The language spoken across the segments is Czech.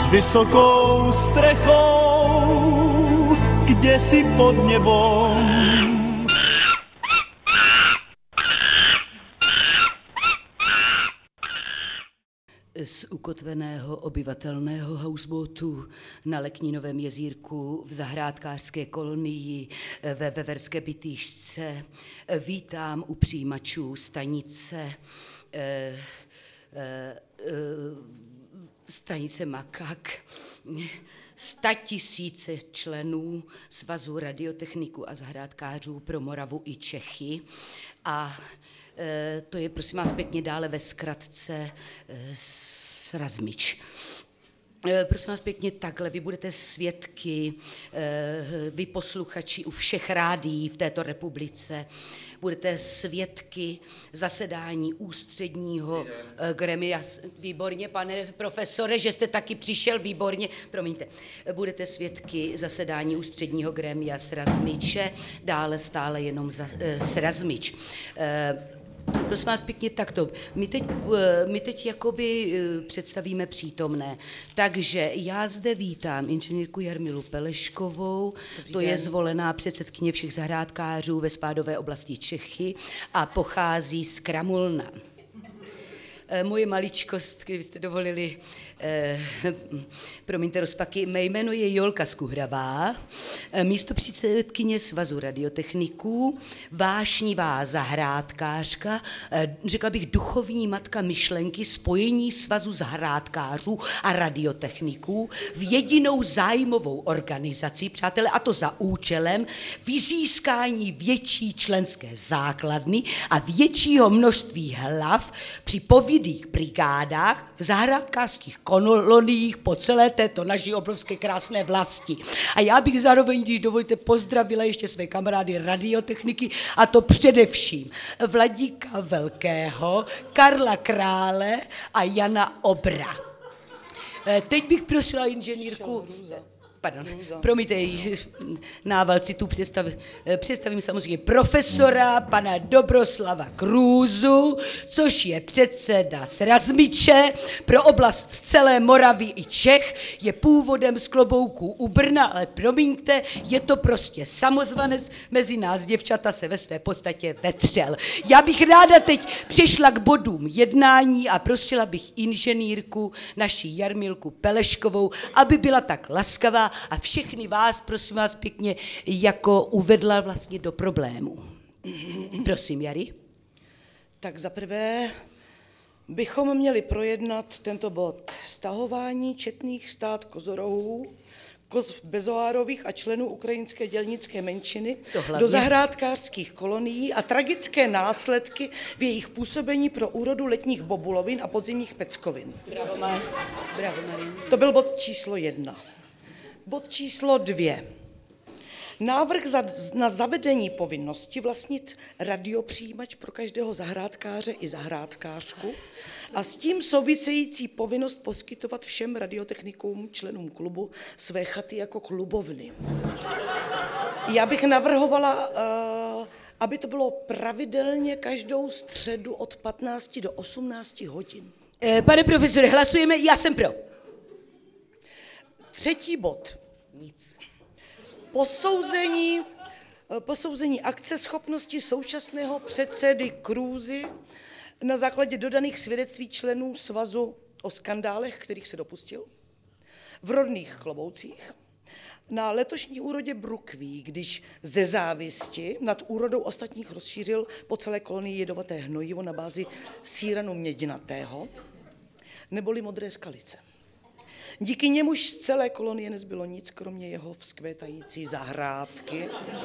vysokou strechou, kde si pod nebom. Z ukotveného obyvatelného houseboatu na Leknínovém jezírku v zahrádkářské kolonii ve Veverské Bytýšce vítám u přijímačů stanice stanice Makak 100 000 členů Svazu radiotechniků a zahrádkářů pro Moravu i Čechy a to je, prosím vás, pěkně dále ve zkratce Srazmič. Prosím vás pěkně, takhle, vy budete svědky, vy posluchači u všech rádií v této republice, budete svědky zasedání ústředního gremia. Výborně, pane profesore, že jste taky přišel, výborně, promiňte. Budete svědky zasedání ústředního gremia Srazmiče, dále stále jenom Srazmič. Prosím vás pěkně takto. My teď jakoby představíme přítomné. Takže já zde vítám inženýrku Jarmilu Peleškovou, to je zvolená předsedkyně všech zahrádkářů ve spádové oblasti Čechy a pochází z Kramulna. Moje maličkost, kdybyste dovolili, promiňte rozpaky, mé jméno je Jolka Skuhravá, místopředsedkyně Svazu radiotechniků, vášnivá zahrádkářka, řekla bych duchovní matka myšlenky spojení Svazu zahrádkářů a radiotechniků v jedinou zájmovou organizaci, přátelé, a to za účelem vyzískání větší členské základny a většího množství hlav při povinných brigádách v zahrádkářských koloniích po celé této naší obrovské krásné vlasti. A já bych zároveň, když dovolíte, pozdravila ještě své kamarády radiotechniky, a to především Vladíka Velkého, Karla Krále a Jana Obra. Teď bych prosila inženýrku... Pardon, promiňte, návalci tu představím samozřejmě profesora pana Dobroslava Krůzu, což je předseda Srazmiče pro oblast celé Moravy i Čech, je původem z Klobouků u Brna, ale promiňte, je to prostě samozvanec, mezi nás děvčata se ve své podstatě vetřel. Já bych ráda teď přešla k bodům jednání a prosila bych inženýrku, naši Jarmilku Peleškovou, aby byla tak laskavá a všechny vás, prosím vás pěkně, jako uvedla vlastně do problému. Prosím, Jari. Tak zaprvé bychom měli projednat tento bod. Stahování četných stát kozorohů, koz bezoárových a členů ukrajinské dělnické menšiny do zahrádkářských kolonií a tragické následky v jejich působení pro úrodu letních bobulovin a podzimních peckovin. Bravo, Mari. To byl bod číslo 1. Bod číslo 2. Návrh na zavedení povinnosti vlastnit radiopřijímač pro každého zahrádkáře i zahrádkářku a s tím související povinnost poskytovat všem radiotechnikům, členům klubu, své chaty jako klubovny. Já bych navrhovala, aby to bylo pravidelně každou středu od 15 do 18 hodin. Pane profesore, hlasujeme, já jsem pro. 3. bod. Nic. Posouzení akceschopnosti současného předsedy Krůzy na základě dodaných svědectví členů svazu o skandálech, kterých se dopustil, v rodných Kloboucích, na letošní úrodě brukví, když ze závisti nad úrodou ostatních rozšířil po celé kolonii jedovaté hnojivo na bázi síranu mědinatého, neboli modré skalice. Díky němuž z celé kolonie nezbylo nic, kromě jeho vzkvétající zahrádky.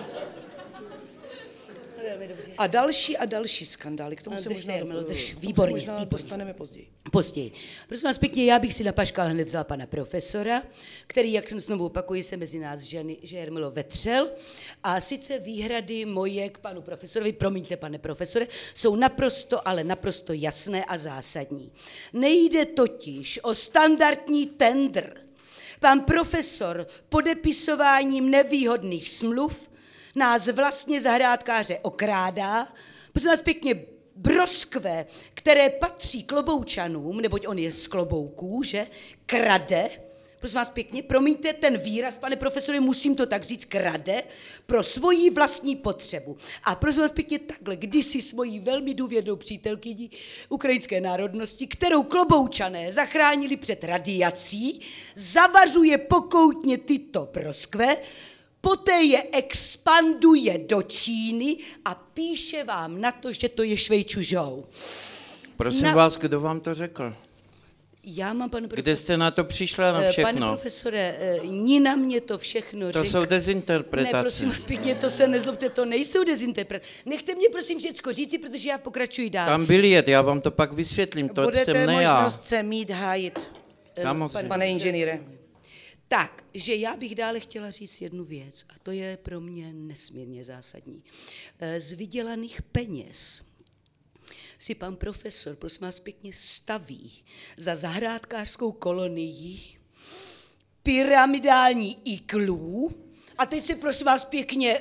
A další skandály. K tomu se možná dostaneme Později. Prosím vás pěkně, já bych si na paškal hned vzal pana profesora, který, jak znovu opakuji, se mezi nás Jarmilo vetřel. A sice výhrady moje k panu profesorovi, promiňte, pane profesore, jsou naprosto, ale naprosto jasné a zásadní. Nejde totiž o standardní tendr. Pan profesor podepisováním nevýhodných smluv nás vlastně zahrádkáře okrádá, prosím vás pěkně, broskve, které patří Kloboučanům, neboť on je z Klobouků, že, krade, prosím vás pěkně, promiňte ten výraz, pane profesore, musím to tak říct, krade pro svoji vlastní potřebu. A prosím vás pěkně takhle, kdysi s mojí velmi důvěrnou přítelkyní ukrajinské národnosti, kterou Kloboučané zachránili před radiací, zavařuje pokoutně tyto broskve, poté je expanduje do Číny a píše vám na to, že to je švejčužou. Prosím vás, kdo vám to řekl? Já mám, pane profesore... Kde jste na to přišla na všechno? Pane profesore, Nina mě to všechno řekla. To jsou dezinterpretace. Ne, prosím vás pěkně, to se nezlobte, to nejsou dezinterpretace. Nechte mě prosím všecko říci, protože já pokračuji dál. Tam byl jet, já vám to pak vysvětlím, to jsem ne já. Budete možnost se mít hájit, Samozřejmě. pane inženýre. Tak, že já bych dále chtěla říct jednu věc, a to je pro mě nesmírně zásadní. Z vydělaných peněz si pan profesor, prosím vás pěkně, staví za zahrádkářskou kolonii pyramidální iglu a teď se prosím vás pěkně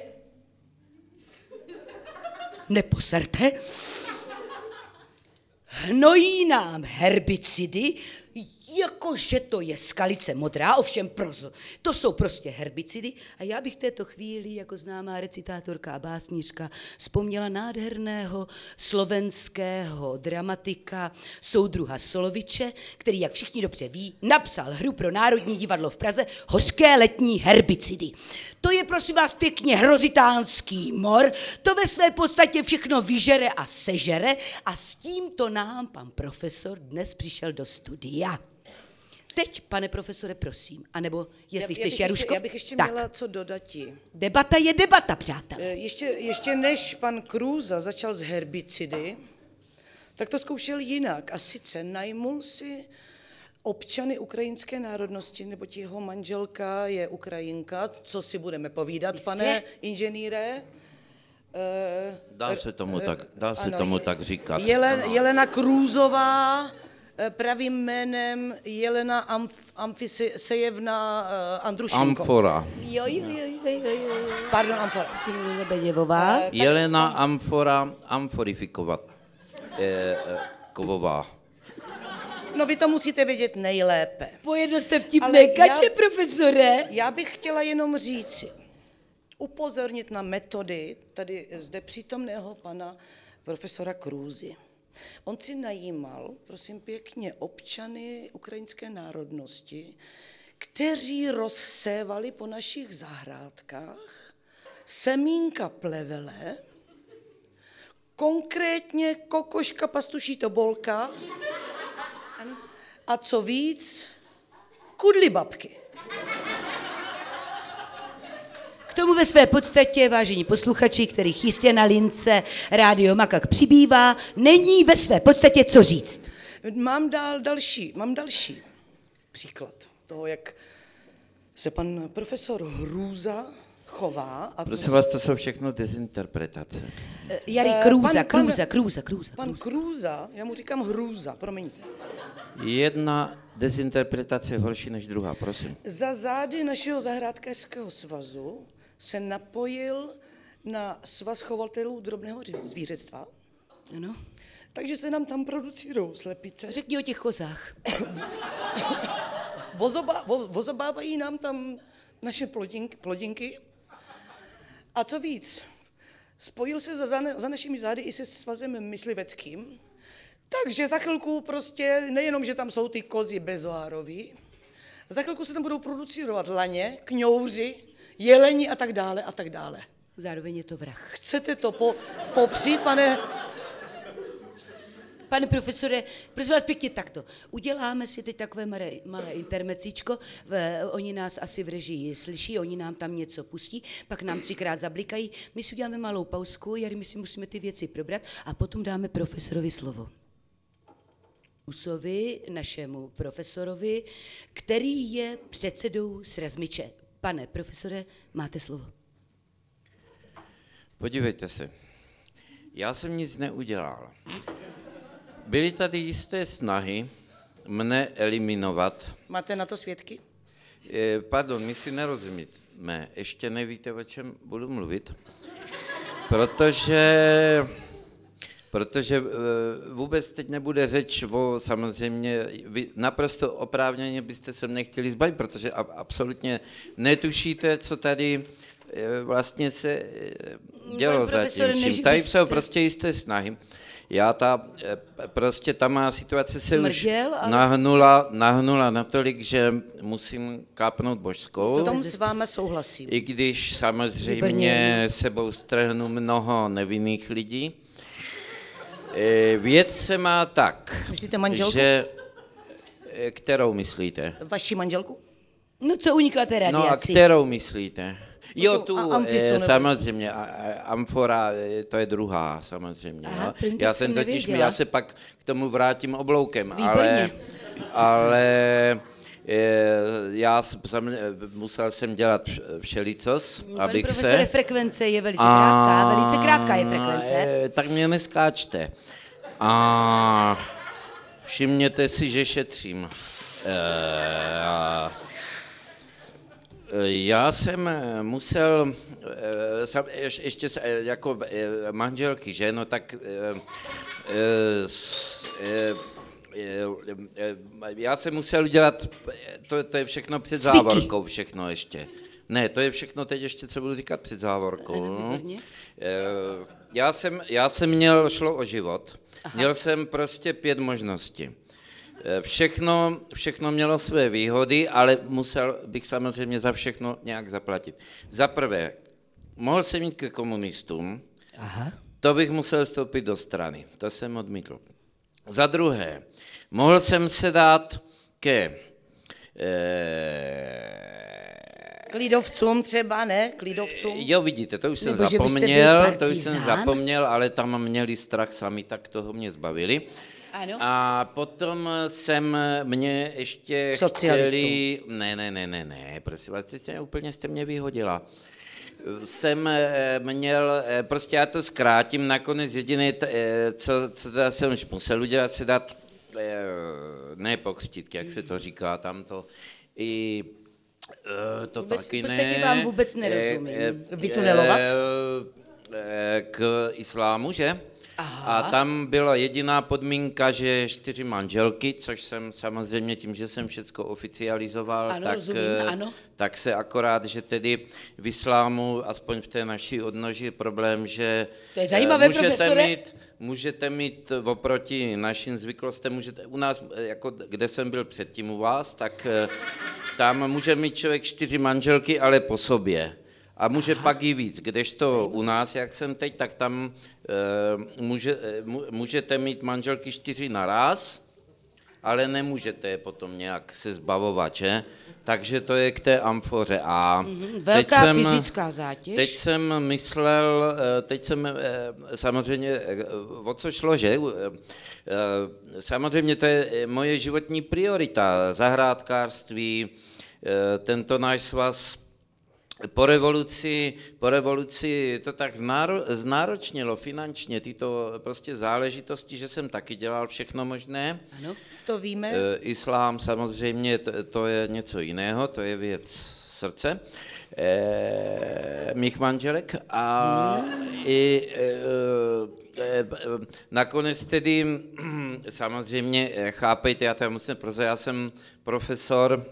neposerte, hnojí nám herbicidy, jakože to je skalice modrá, ovšem prozo. To jsou prostě herbicidy a já bych v této chvíli jako známá recitátorka a básnířka vzpomněla nádherného slovenského dramatika soudruha Soloviče, který, jak všichni dobře ví, napsal hru pro Národní divadlo v Praze Hořké letní herbicidy. To je prosím vás pěkně hrozitánský mor, to ve své podstatě všechno vyžere a sežere a s tímto nám pan profesor dnes přišel do studia. Teď, pane profesore, prosím, anebo jestli chceš, Jaruško. Já bych ještě tak. měla co dodati. Debata je debata, přátelé. Ještě než pan Krůza začal s herbicidy, tak to zkoušel jinak. A sice najmul si občany ukrajinské národnosti, neboť jeho manželka je Ukrajinka, co si budeme povídat, Jistě. pane inženýre. Dá se tomu tak říkat. Jelena Krůzová, pravým jménem Jelena Amfisejevna Andrušenko. Amfora. Jo. Pardon, Amfora. Nebeděvová. Jelena Amfora Amforifikovat. Kovová. No vy to musíte vědět nejlépe. Pojedl jste vtipné Ale kaše, profesore. Já bych chtěla jenom říci, upozornit na metody tady zde přítomného pana profesora Krůzy. On si najímal, prosím pěkně, občany ukrajinské národnosti, kteří rozsévali po našich zahrádkách semínka plevele, konkrétně kokoška, pastuší tobolka a co víc, kudly babky. K tomu ve své podstatě, vážení posluchači, kterých jistě na lince Rádio Makak přibývá, není ve své podstatě co říct. Mám další příklad toho, jak se pan profesor Hrůza chová. A Prosím vás, to jsou všechno dezinterpretace. Jari Krůza. Pan Krůza, já mu říkám Hrůza, promiňte. Jedna dezinterpretace je horší než druhá, prosím. Za zády našeho zahrádkářského svazu se napojil na svaz chovatelů drobného zvířectva. Ano. Takže se nám tam producirují slepice. Řekni o těch kozách. Vozobávají nám tam naše plodinky. A co víc, spojil se za našimi zády i se svazem mysliveckým. Takže za chvilku prostě, nejenom, že tam jsou ty kozy bezoárový, za chvilku se tam budou producirovat laně, kňouři, jeleni a tak dále a tak dále. Zároveň je to vrah. Chcete to popřít, pane? Pane profesore, prosím vás pěkně takto. Uděláme si teď takové malé intermecíčko, oni nás asi v režii slyší, oni nám tam něco pustí, pak nám 3krát zablikají, my si uděláme malou pauzku, Jari, my si musíme ty věci probrat a potom dáme profesorovi slovo. Našemu profesorovi, který je předsedou Srazmiče. Pane profesore, máte slovo. Podívejte se, já jsem nic neudělal. Byly tady jisté snahy mne eliminovat. Máte na to svědky? Pardon, my si nerozumíme. Ještě nevíte, o čem budu mluvit. Protože protože vůbec teď nebude řeč o, samozřejmě, vy naprosto oprávněně byste se mne chtěli zbavit, protože absolutně netušíte, co tady vlastně se dělo zatím. Tady jsou prostě jisté snahy. Prostě ta má situace se už nahnula natolik, že musím kápnout božskou. V tom s váma souhlasím. I když samozřejmě sebou strhnu mnoho nevinných lidí. Věc se má tak, myslíte manželku? že... Kterou myslíte? Vaši manželku? No co unikla té radiaci? No a kterou myslíte? Jo, tu tu, samozřejmě, amfora, to je druhá, samozřejmě. Aha, Já se pak k tomu vrátím obloukem, Výborně. ale musel jsem dělat všelicos, abych Pane profesore, frekvence je velice krátká je frekvence. Tak mě neskáčte. A všimněte si, že šetřím. Já jsem musel, ještě jako manželky, že, no tak já jsem musel udělat, to je všechno před závorkou, všechno ještě. Ne, to je všechno teď ještě, co budu říkat před závorkou. No. Já jsem šlo o život, měl jsem prostě 5 možností. Všechno mělo své výhody, ale musel bych samozřejmě za všechno nějak zaplatit. Za prvé, mohl jsem jít ke komunistům, to bych musel vstoupit do strany, to jsem odmítl. Za druhé, mohl jsem se dát ke... Klidovcům třeba, ne? Klidovcům? Jo, vidíte, to už jsem zapomněl, ale tam měli strach sami, tak toho mě zbavili. Ano. A potom mě ještě chtěli... Ne, prosím vás, jste mě vyhodila. Jsem měl, prostě já to zkrátím, nakonec jediné, co jsem musel udělat, se dát, ne pokřtít, jak se to říká, tamto, i to taky ne. V podstatě vám vůbec nerozumím. Vytunelovat? K islámu, že? Aha. A tam byla jediná podmínka, že 4 manželky, což jsem samozřejmě tím, že jsem všecko oficializoval, ano, tak se akorát, že tedy v islámu, aspoň v té naší odnoži, problém, že to je zajímavé, můžete mít oproti našim zvyklostem, u nás, jako kde jsem byl předtím u vás, tak tam může mít člověk 4 manželky, ale po sobě. A může pak i víc, kdežto u nás, jak jsem teď, tak tam můžete mít manželky 4 naraz, ale nemůžete je potom nějak se zbavovat, že? Takže to je k té amfoře. A velká fyzická zátěž. Teď jsem myslel, samozřejmě, o co šlo, že? Samozřejmě to je moje životní priorita, zahrádkářství, tento náš svaz. Po revoluci to tak znáročnilo finančně tyto prostě záležitosti, že jsem taky dělal všechno možné. Ano, to víme. Islám samozřejmě, to je něco jiného, to je věc srdce mých manželek. A i nakonec tedy samozřejmě chápejte, já jsem profesor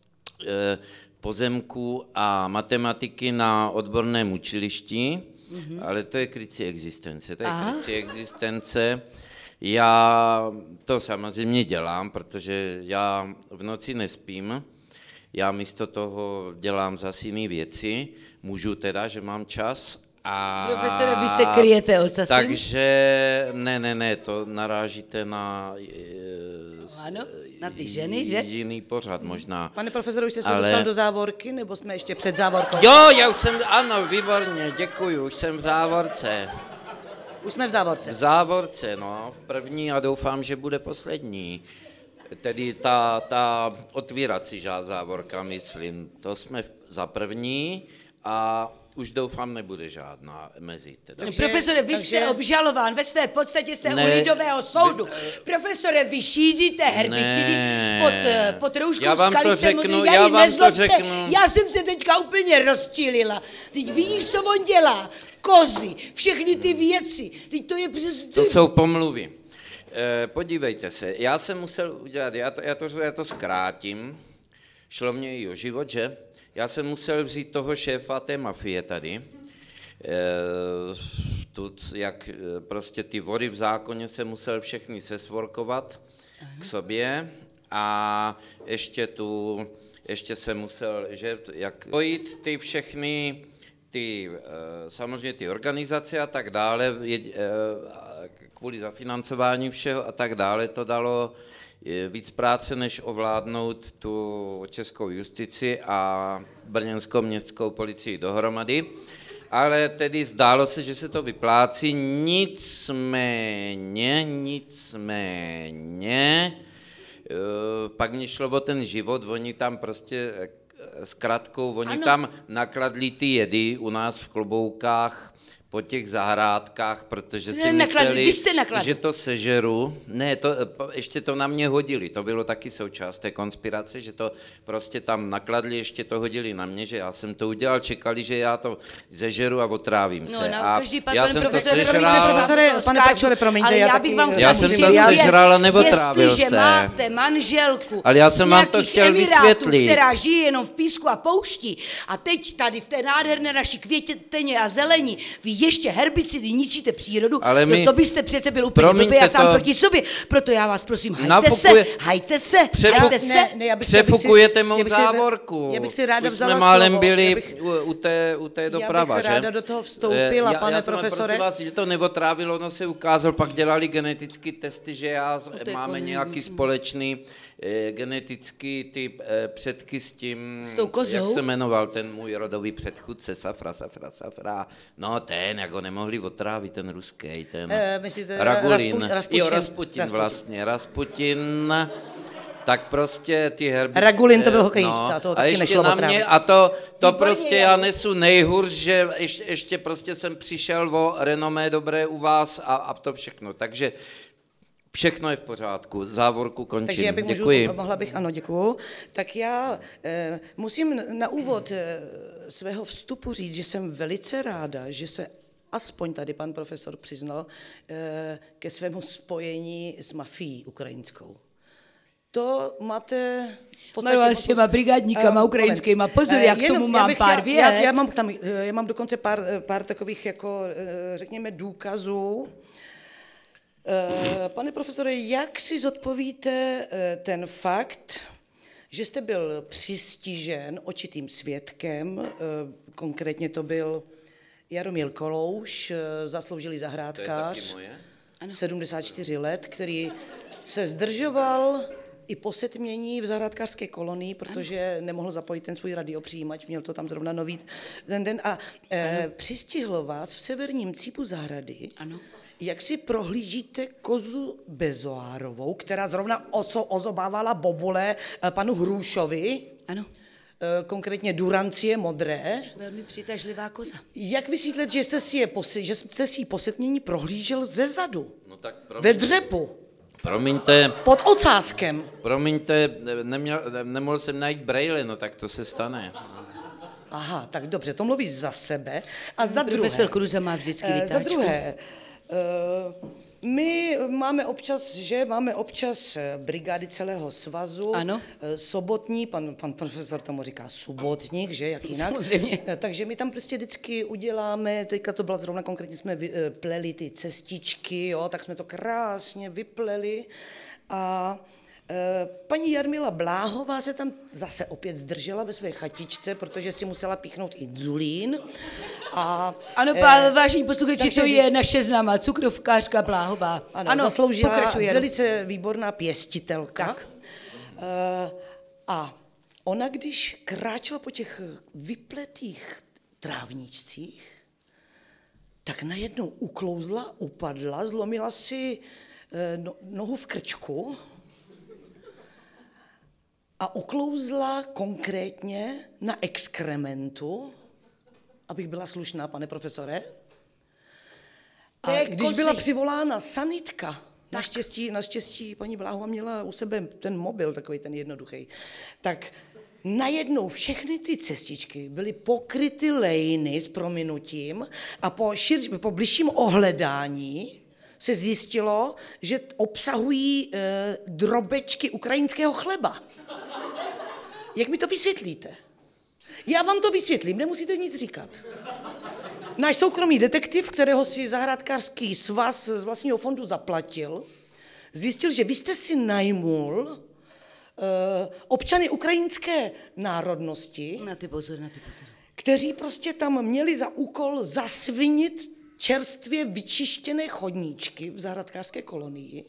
pozemku a matematiky na odborném učilišti, ale to je krycí existence. Já to samozřejmě dělám, protože já v noci nespím, já místo toho dělám zase jiné věci, můžu teda, že mám čas. Profesore, vy se kryjete od času? Takže ne, to narážíte na... Ano, na ty ženy, že? Jiný pořad možná. Pane profesore, už jste se dostal do závorky, nebo jsme ještě před závorkou? Jo, já už jsem, ano, výborně, děkuji, už jsem v závorce. Už jsme v závorce. V závorce, no, v první a doufám, že bude poslední. Tedy ta otvírací závorka, myslím, to jsme za první a už doufám nebude žádná mezi. Teda. Profesore, vy jste obžalován, ve své podstatě jste u lidového soudu. Profesore, vy šíříte herbicidy pod rouškou skalice modrý. Já jsem se teďka úplně rozčilila. Teď vidíš, co on dělá. Kozy, všechny ty věci. Teď to je přes... To jsou pomluvy. Podívejte se, já jsem musel udělat, já to zkrátím, šlo mě i o život, že? Já jsem musel vzít toho šéfa té mafie tady, jak prostě ty vody v zákoně jsem musel všechny sesvorkovat k sobě a ještě jsem musel, že jak pojít ty všechny, samozřejmě ty organizace a tak dále, kvůli zafinancování všeho a tak dále, to dalo víc práce, než ovládnout tu českou justici a brněnskou městskou policii dohromady. Ale tedy zdálo se, že se to vyplácí, nicméně, pak mi šlo o ten život, oni tam prostě s kratkou, oni tam nakladli ty jedy u nás v kloboukách, po těch zahrádkách, protože si mysleli, že to sežeru. Ne, ještě to na mě hodili, to bylo taky součást té konspirace, že to prostě tam nakladli, ještě to hodili na mě, že já jsem to udělal, čekali, že já to zežeru a otrávím se. A já jsem to sežral. Pane profesore, promiňte, já jsem to sežral a neotrávil se. Jestliže máte manželku ale já jsem vám to chtěl vysvětlit, která žije jenom v písku a poušti a teď tady v té nádherné naší květěně a zelení, vy ještě herbicidy ničíte přírodu, no to byste přece byl úplně blbý a sám proti sobě. Proto já vás prosím, hajte se. Přefukujete mou závorku. Já bych si ráda vzala slovo. Už jsme málem byli u té doprava, že? Já bych ráda do toho vstoupila, pane profesore. Prosím vás, že to neotrávilo, ono se ukázalo, pak dělali genetické testy, že máme nějaký společný genetický ty předky s tím, jak se jmenoval ten můj rodový předchůdce, Safra, no ten, jak ho nemohli otrávit, ten ruský, ten Ragulin, Rasputin, tak prostě ty herbice... Ragulin to byl hokejista, to taky nešlo otrávit. A to prostě já nesu nejhůř, že ještě prostě jsem přišel o renomé dobré u vás a to všechno, takže všechno je v pořádku, závorku končím. Takže já bych děkuji. Děkuju. Tak já musím na úvod svého vstupu říct, že jsem velice ráda, že se aspoň tady pan profesor přiznal ke svému spojení s mafií ukrajinskou. To máte... Maroval s těma brigádníkama ukrajinskýma. Pozor, já k tomu mám pár vět. Já mám dokonce pár takových, jako řekněme, důkazů. Pane profesore, jak si zodpovíte ten fakt, že jste byl přistižen očitým svědkem, konkrétně to byl Jaromír Kolouš, zasloužilý zahrádkář, 74 let, který se zdržoval i po setmění v zahrádkářské kolonii, protože nemohl zapojit ten svůj radiopřijímač, měl to tam zrovna nový ten den a přistihl vás v severním cípu zahrady. Ano. Jak si prohlížíte kozu Bezoárovou, která zrovna ozobávala bobule panu Hrušovi? Ano. Konkrétně Durancie modré. Velmi přitažlivá koza. Jak vysvětlit, že jste si ji po setmění prohlížel ze zadu? No tak ve dřepu. Promiňte. Pod ocáskem. Promiňte, nemohl jsem najít brejle, no tak to se stane. Aha, tak dobře, to mluví za sebe. A za druhé... Profesor Kruza má vždycky vytáčku. Za druhé, my máme občas brigády celého svazu, ano. Sobotní, pan profesor tomu říká subotník, že, jak jinak. Samozřejmě. Takže my tam prostě vždycky uděláme, teďka to bylo zrovna konkrétně, jsme pleli ty cestičky, jo, tak jsme to krásně vypleli a paní Jarmila Bláhová se tam zase opět zdržela ve své chatičce, protože si musela píchnout inzulín. Ano, vážení posluchači, to je naše známá cukrovkářka Bláhová. Ano, zasloužila velice výborná pěstitelka. A ona, když kráčela po těch vypletých trávníčcích, tak najednou uklouzla, upadla, zlomila si nohu v krčku a uklouzla konkrétně na exkrementu abych byla slušná, pane profesore. A když byla přivolána sanitka, naštěstí paní Bláhová měla u sebe ten mobil, takový ten jednoduchý, tak najednou všechny ty cestičky byly pokryty lejny s prominutím a po bližším ohledání se zjistilo, že obsahují drobečky ukrajinského chleba. Jak mi to vysvětlíte? Já vám to vysvětlím, nemusíte nic říkat. Náš soukromý detektiv, kterého si zahrádkářský svaz z vlastního fondu zaplatil, zjistil, že vy jste si najmul občany ukrajinské národnosti, na ty pozor. kteří prostě tam měli za úkol zasvinit čerstvě vyčištěné chodníčky v zahrádkářské kolonii.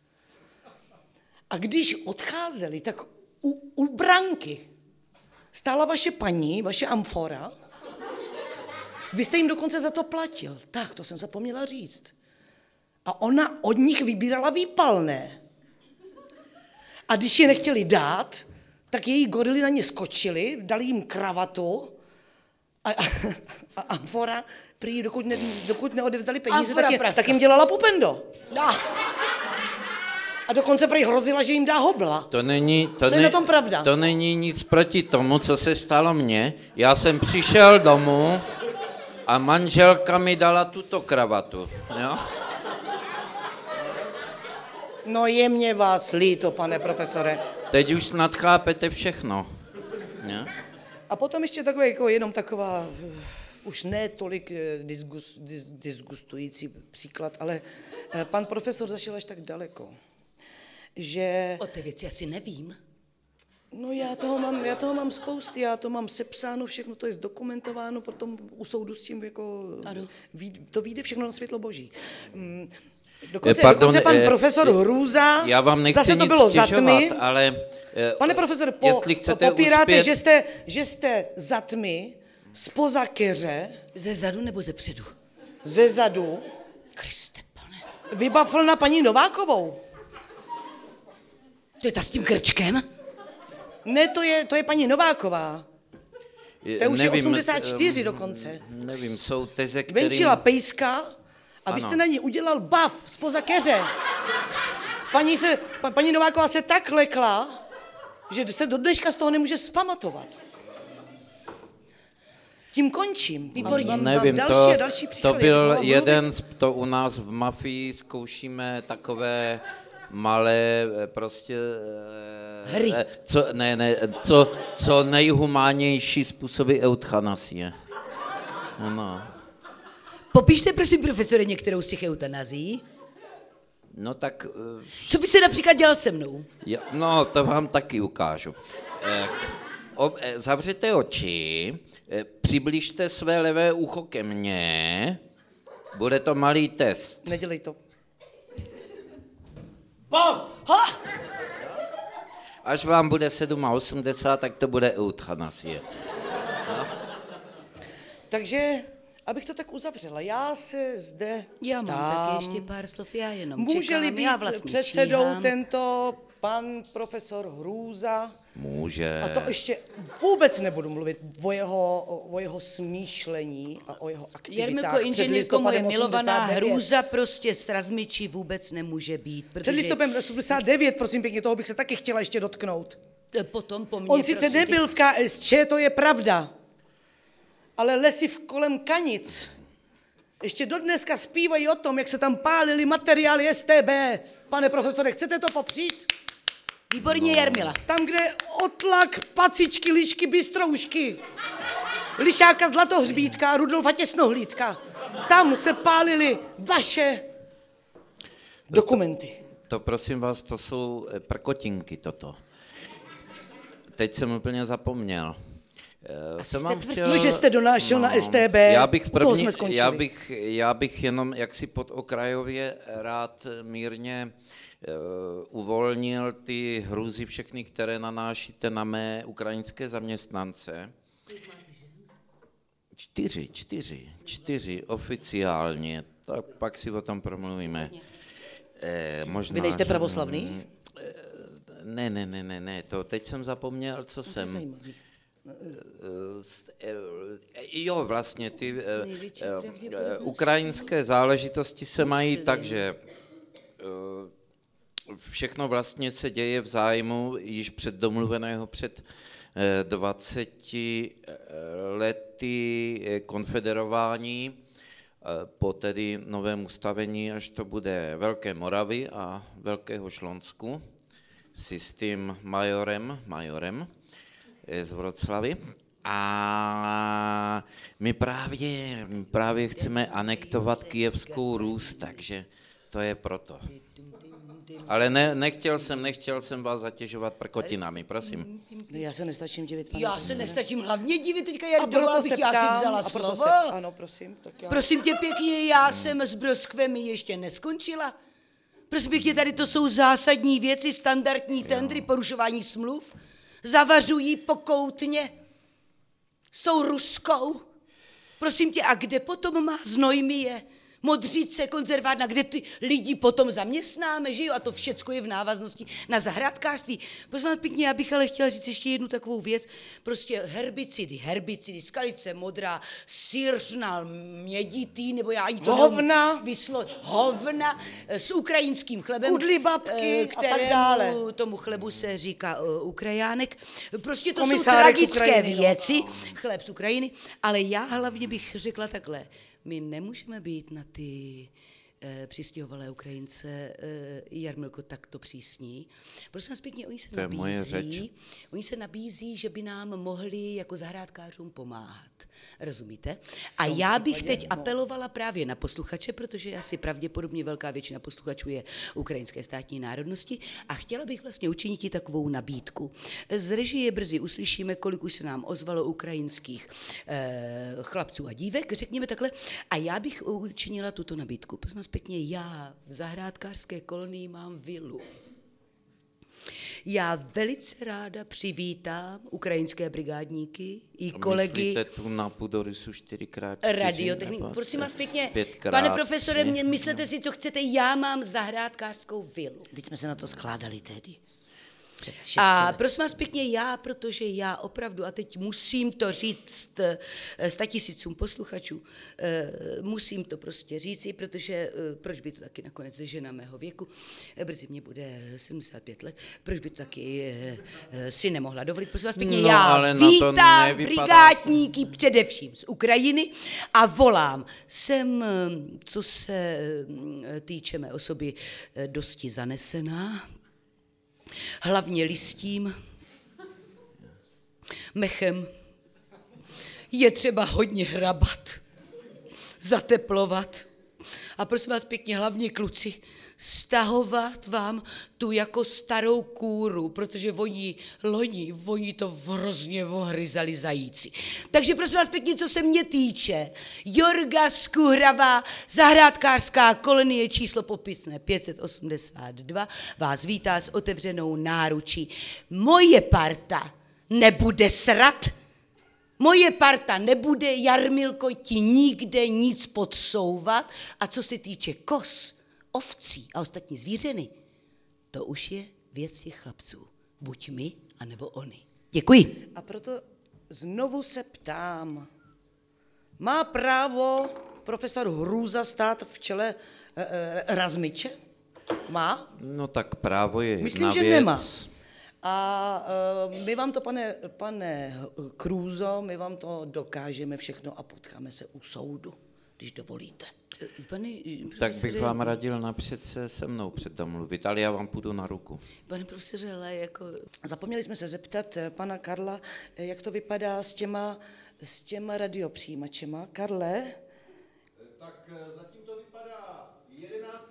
A když odcházeli, tak u branky stála vaše paní, vaše amfora. Vy jste jim dokonce za to platil. Tak, to jsem zapomněla říct. A ona od nich vybírala výpalné. A když je nechtěli dát, tak její gorily na ně skočily, dali jim kravatu a amfora, prý, dokud neodevzdali peníze, tak jim dělala pupendo. A dokonce prý hrozila, že jim dá hobla. To není na tom pravda? To není nic proti tomu, co se stalo mně. Já jsem přišel domů a manželka mi dala tuto kravatu. Jo? No je mě vás líto, pane profesore. Teď už snad chápete všechno. Jo? A potom ještě takové, jako jenom taková, už ne tolik disgustující příklad, ale pan profesor zašel až tak daleko, že... O té věci asi nevím. No já toho mám spousty, já to mám sepsáno, všechno to je zdokumentováno, potom u soudu s tím jako... Ano. To vyjde všechno na světlo boží. Dokonce pan profesor Hrůza, já vám nechci zase to nic bylo stěžovat, za tmy. Ale pane profesore, popíráte, že jste za tmy zpoza keře. Ze zadu nebo ze předu? Ze zadu. Kriste, pane. Vybafl na paní Novákovou. To je ta s tím krčkem? Ne, to je paní Nováková. To už je 84 dokonce. Nevím, jsou teze, které... Venčila pejska a vy jste na ní udělal baf zpoza keře. Paní Nováková se tak lekla, že se do dneška z toho nemůže vzpamatovat. Tím končím. Výborně. Nevím, další příklady. To byl jeden, to u nás v mafii zkoušíme takové malé prostě... Hry. Co nejhumánější způsoby eutanasie. No. Popište, prosím, profesore, některou z těch eutanazí. No tak... Co byste například dělal se mnou? No, to vám taky ukážu. Zavřete oči, přibližte své levé ucho ke mně, bude to malý test. Nedělej to. Až vám bude 87, tak to bude eutanasie. Takže, abych to tak uzavřela, já se zde Já mám taky ještě pár slov, já jenom může-li čekám, být já vlastně předsedou číhám. tento pan profesor Hrůza. Může. A to ještě vůbec nebudu mluvit o jeho smýšlení a o jeho aktivitách. Jarmilko, inženýrko, moje milovaná Hrůza prostě s razmičí vůbec nemůže být. Před listopadem 89, prosím pěkně, toho bych se taky chtěla ještě dotknout. Potom po mně, On sice nebyl v KSČ, to je pravda, ale lesy kolem Kanic ještě dodneska zpívají o tom, jak se tam pálily materiály STB. Pane profesore, chcete to popřít? Výborně, Jarmila. Tam, kde otlak, pacičky, lišky, bystroušky, lišáka Zlatohřbítka a Rudolfa Těsnohlídka. Tam se pálily vaše dokumenty. To prosím vás, to jsou prkotinky toto. Teď jsem úplně zapomněl. Jsem vám chtěl... že jste donášel na STB, já bych jenom jaksi podokrajově rád mírně uvolnil ty hrůzy všechny, které nanášíte na mé ukrajinské zaměstnance. 4 oficiálně, tak pak si o tom promluvíme. Možná, vy nejste pravoslavný? Ne, to teď jsem zapomněl, co jsem. Jo, vlastně ty ukrajinské záležitosti se mají tak, že všechno vlastně se děje v zájmu již předdomluveného před 20 lety konfederování po tedy novém ustavení, až to bude Velké Moravy a Velkého Šlonsku s tím majorem z Vroclavy. A my právě chceme anektovat Kyjevskou Rus, takže to je proto. Ale nechtěl jsem vás zatěžovat prkotinami, prosím. Já se nestačím divit. Já se nestačím hlavně divit, teďka jak dovolila bych já si vzala slovo. Ano, prosím. Tak já... Prosím tě pěkně, já jsem s broskvemi ještě neskončila. Prosím pěkně, tady to jsou zásadní věci, standardní tendry, porušování smluv. Zavařují pokoutně s tou Ruskou. Prosím tě, a kde potom má Znojmie, Modřice, konzervárna, kde ty lidi potom zaměstnáme, že jo? A to všecko je v návaznosti na zahrádkářství. Prosím vás pěkně, já bych ale chtěla říct ještě jednu takovou věc. Prostě herbicidy, skalice modrá, syrnal, měditý, nebo já ani to hovna s ukrajinským chlebem. Kudly babky a tak dále. Tomu chlebu se říká Ukrajánek. Prostě to Komisárek jsou tragické Ukrajiny, věci, chléb z Ukrajiny, ale já hlavně bych řekla takhle. My nemůžeme být na ty přistěhovalé Ukrajince, Jarmilko, takto přísní. Prosím vás pěkně, oni se nabízí, že by nám mohli jako zahrádkářům pomáhat. Rozumíte? A já bych teď apelovala právě na posluchače, protože asi pravděpodobně velká většina posluchačů je ukrajinské státní národnosti a chtěla bych vlastně učinit i takovou nabídku. Z režie brzy uslyšíme, kolik už se nám ozvalo ukrajinských chlapců a dívek, řekněme takhle, a já bych učinila tuto nabídku. Prosím vás pěkně, já v zahrádkářské kolonii mám vilu. Já velice ráda přivítám ukrajinské brigádníky i kolegy. Myslíte tu na Pudorisu 4x4? Radiotechniku. Prosím vás pěkně, pane profesore, myslete si, co chcete, já mám zahrádkářskou vilu. Teď jsme se na to skládali tehdy. A prosím vás pěkně, protože já opravdu, a teď musím to říct 100 000 posluchačů, musím to prostě říci, protože proč by to taky nakonec žena mého věku, brzy mě bude 75 let, proč by to taky si nemohla dovolit. Prosím vás pěkně, já vítám brigádníky především z Ukrajiny a volám. Jsem, co se týče mé osoby, dosti zanesená, hlavně listím, mechem. Je třeba hodně hrabat, zateplovat a prosím vás pěkně, hlavně kluci, stahovat vám tu jako starou kůru, protože voní to hrozně ohryzali zajíci. Takže prosím vás pěkně, co se mě týče, Jorga Skuhravá, zahrádkářská kolonie číslo popisné 582, vás vítá s otevřenou náručí. Moje parta nebude srat, moje parta nebude, Jarmilko, ti nikde nic podsouvat a co se týče koz, ovcí a ostatní zvířeny, to už je věc těch chlapců. Buď my, anebo oni. Děkuji. A proto znovu se ptám, má právo profesor Hrůza stát v čele Razmiče? Má? No tak právo je myslím, jedna že věc. nemá. A my vám to, pane Krůzo, my vám to dokážeme všechno a potkáme se u soudu, když dovolíte. Tak bych vám radil napřed se mnou předdomluvit, ale já vám půjdu na ruku. Pane profesore, ale jako... Zapomněli jsme se zeptat pana Karla, jak to vypadá s těma radiopřijímačema. Karle? Tak zatím to vypadá 11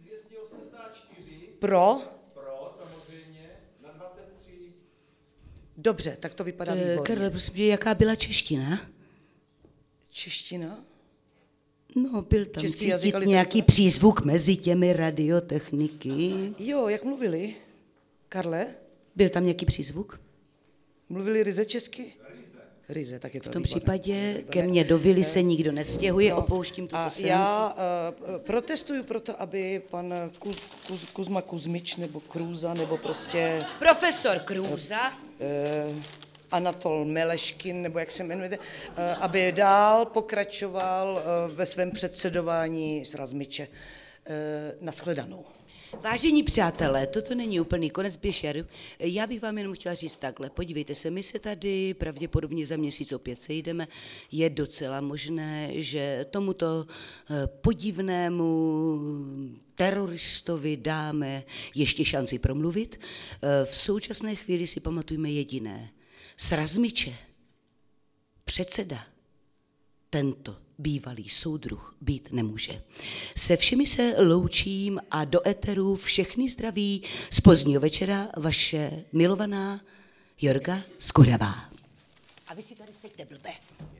284. Pro, samozřejmě, na 23. dobře, tak to vypadá výborně. Karle, prosím tě, jaká byla čeština? Čeština? No, byl tam Český jazyk, cítit nějaký přízvuk mezi těmi radiotechniky. Jo, jak mluvili? Karle? Byl tam nějaký přízvuk? Mluvili ryze česky? Ryze, tak je to V tom výborné. případě ke mně do vily se nikdo nestěhuje, opouštím tuto A seanci. já protestuju proto, aby pan Kuzma Kuzmič nebo Krůza nebo prostě... Profesor Krůza. Anatol Meleškin, nebo jak se jmenujete, aby dál pokračoval ve svém předsedování z Razmiče. Nashledanou. Vážení přátelé, toto není úplný konec běžeru. Já bych vám jenom chtěla říct takhle. Podívejte se, my se tady pravděpodobně za měsíc opět sejdeme. Je docela možné, že tomuto podivnému teroristovi dáme ještě šanci promluvit. V současné chvíli si pamatujme jediné. Z Razmiče předseda tento bývalý soudruh být nemůže. Se všemi se loučím a do éteru všechny zdraví z pozdního večera vaše milovaná Jorga Skuhravá. A vy si tady seďte, blbe.